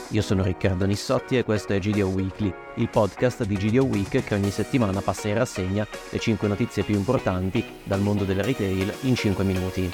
Io sono Riccardo Nissotti e questo è GDO Weekly, il podcast di GDO Week che ogni settimana passa in rassegna le 5 notizie più importanti dal mondo del retail in 5 minuti.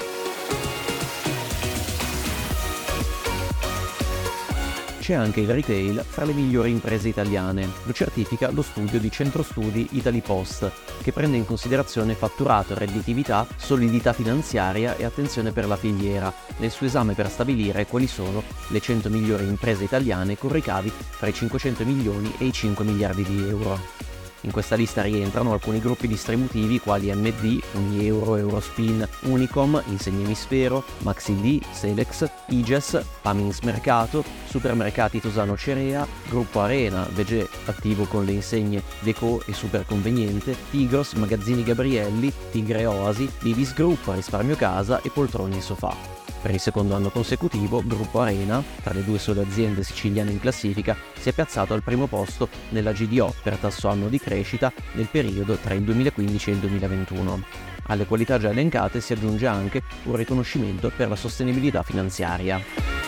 C'è anche il retail fra le migliori imprese italiane, lo certifica lo studio di Centro Studi Italpost, che prende in considerazione fatturato, redditività, solidità finanziaria e attenzione per la filiera, nel suo esame per stabilire quali sono le 100 migliori imprese italiane con ricavi fra i 500 milioni e i 5 miliardi di euro. In questa lista rientrano alcuni gruppi distributivi quali MD, Unieuro, Eurospin, Unicom, Insegne Emisfero, Maxid, Selex, Iges, Amins Mercato, Supermercati Tosano Cerea, Gruppo Arena, VG, attivo con le insegne Deco e Superconveniente, Tigros, Magazzini Gabrielli, Tigre Oasi, Divis Group, Risparmio Casa e Poltrone e Sofà. Per il secondo anno consecutivo, Gruppo Arena, tra le due sole aziende siciliane in classifica, si è piazzato al primo posto nella GDO per tasso anno di crescita nel periodo tra il 2015 e il 2021. Alle qualità già elencate si aggiunge anche un riconoscimento per la sostenibilità finanziaria.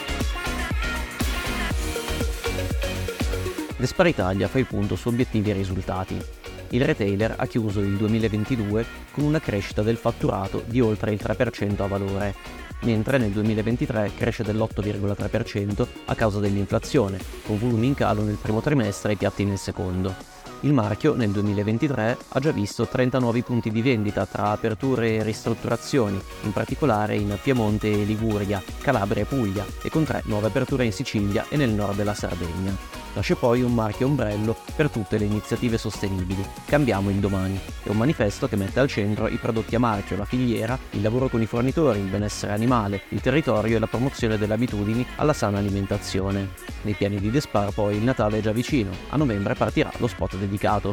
Despar Italia fa il punto su obiettivi e risultati. Il retailer ha chiuso il 2022 con una crescita del fatturato di oltre il 3% a valore, mentre nel 2023 cresce dell'8,3% a causa dell'inflazione, con volumi in calo nel primo trimestre e piatti nel secondo. Il marchio nel 2023 ha già visto 30 nuovi punti di vendita tra aperture e ristrutturazioni, in particolare in Piemonte e Liguria, Calabria e Puglia, e con 3 nuove aperture in Sicilia e nel nord della Sardegna. Nasce poi un marchio ombrello per tutte le iniziative sostenibili, Cambiamo il domani, è un manifesto che mette al centro i prodotti a marchio, la filiera, il lavoro con i fornitori, il benessere animale, il territorio e la promozione delle abitudini alla sana alimentazione. Nei piani di Despar poi il Natale è già vicino, a novembre partirà lo spot dedicato.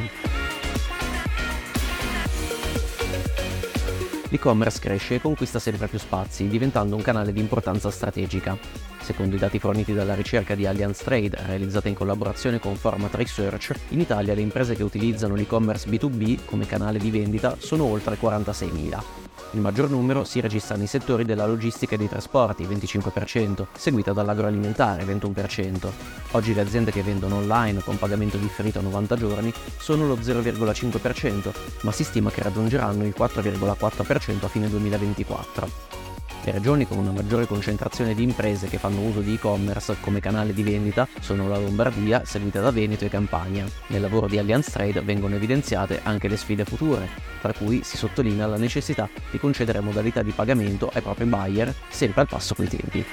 L'e-commerce cresce e conquista sempre più spazi, diventando un canale di importanza strategica. Secondo i dati forniti dalla ricerca di Allianz Trade, realizzata in collaborazione con Format Research, in Italia le imprese che utilizzano l'e-commerce B2B come canale di vendita sono oltre 46.000. Il maggior numero si registra nei settori della logistica e dei trasporti, 25%, seguita dall'agroalimentare, 21%. Oggi le aziende che vendono online con pagamento differito a 90 giorni sono lo 0,5%, ma si stima che raggiungeranno il 4,4% a fine 2024. Le regioni con una maggiore concentrazione di imprese che fanno uso di e-commerce come canale di vendita sono la Lombardia, seguita da Veneto e Campania. Nel lavoro di Allianz Trade vengono evidenziate anche le sfide future, tra cui si sottolinea la necessità di concedere modalità di pagamento ai propri buyer sempre al passo coi tempi.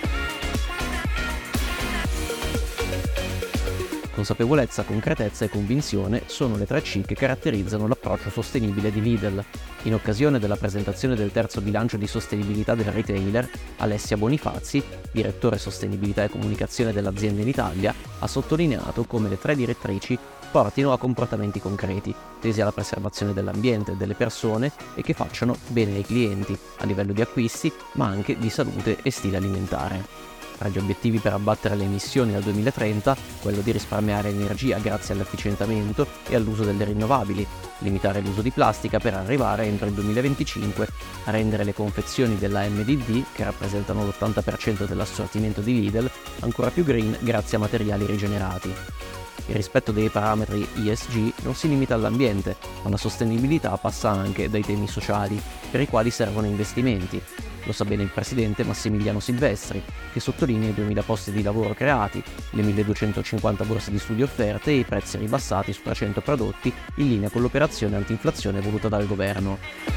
Consapevolezza, concretezza e convinzione sono le 3 C che caratterizzano l'approccio sostenibile di Lidl. In occasione della presentazione del terzo bilancio di sostenibilità del retailer, Alessia Bonifazzi, direttore sostenibilità e comunicazione dell'azienda in Italia, ha sottolineato come le 3 direttrici portino a comportamenti concreti, tesi alla preservazione dell'ambiente e delle persone e che facciano bene ai clienti, a livello di acquisti, ma anche di salute e stile alimentare. Tra gli obiettivi per abbattere le emissioni al 2030, quello di risparmiare energia grazie all'efficientamento e all'uso delle rinnovabili, limitare l'uso di plastica per arrivare entro il 2025 a rendere le confezioni della MDD, che rappresentano l'80% dell'assortimento di Lidl, ancora più green grazie a materiali rigenerati. Il rispetto dei parametri ESG non si limita all'ambiente, ma la sostenibilità passa anche dai temi sociali, per i quali servono investimenti. Lo sa bene il presidente Massimiliano Silvestri, che sottolinea i 2.000 posti di lavoro creati, le 1.250 borse di studio offerte e i prezzi ribassati su 300 prodotti in linea con l'operazione anti-inflazione voluta dal governo.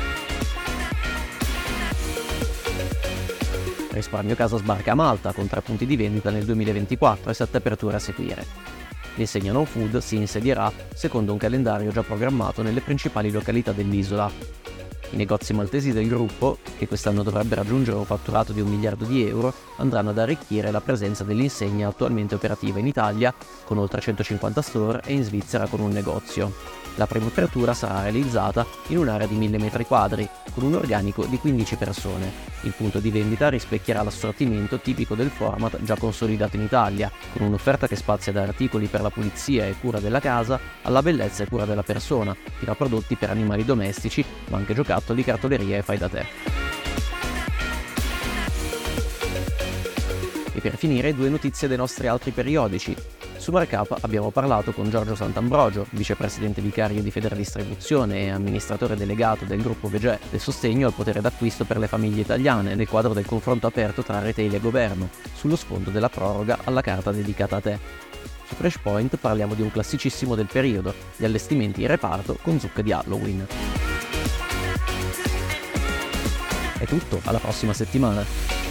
Risparmio Casa sbarca a Malta con 3 punti di vendita nel 2024 e 7 aperture a seguire. L'insegna No Food si insedierà secondo un calendario già programmato nelle principali località dell'isola. I negozi maltesi del gruppo, che quest'anno dovrebbero raggiungere un fatturato di 1 miliardo di euro, andranno ad arricchire la presenza dell'insegna attualmente operativa in Italia, con oltre 150 store, e in Svizzera con un negozio. La prima apertura sarà realizzata in un'area di 1000 metri quadri, con un organico di 15 persone. Il punto di vendita rispecchierà l'assortimento tipico del format già consolidato in Italia, con un'offerta che spazia da articoli per la pulizia e cura della casa alla bellezza e cura della persona, fino a prodotti per animali domestici, ma anche giocattoli, cartoleria e fai da te. per finire 2 notizie dei nostri altri periodici. Su Markup abbiamo parlato con Giorgio Sant'Ambrogio, vicepresidente vicario di Federdistribuzione e amministratore delegato del gruppo Vegè, del sostegno al potere d'acquisto per le famiglie italiane nel quadro del confronto aperto tra retail e governo, sullo sfondo della proroga alla carta dedicata a te. Su Flashpoint parliamo di un classicissimo del periodo, gli allestimenti in reparto con zucche di Halloween. È tutto, alla prossima settimana!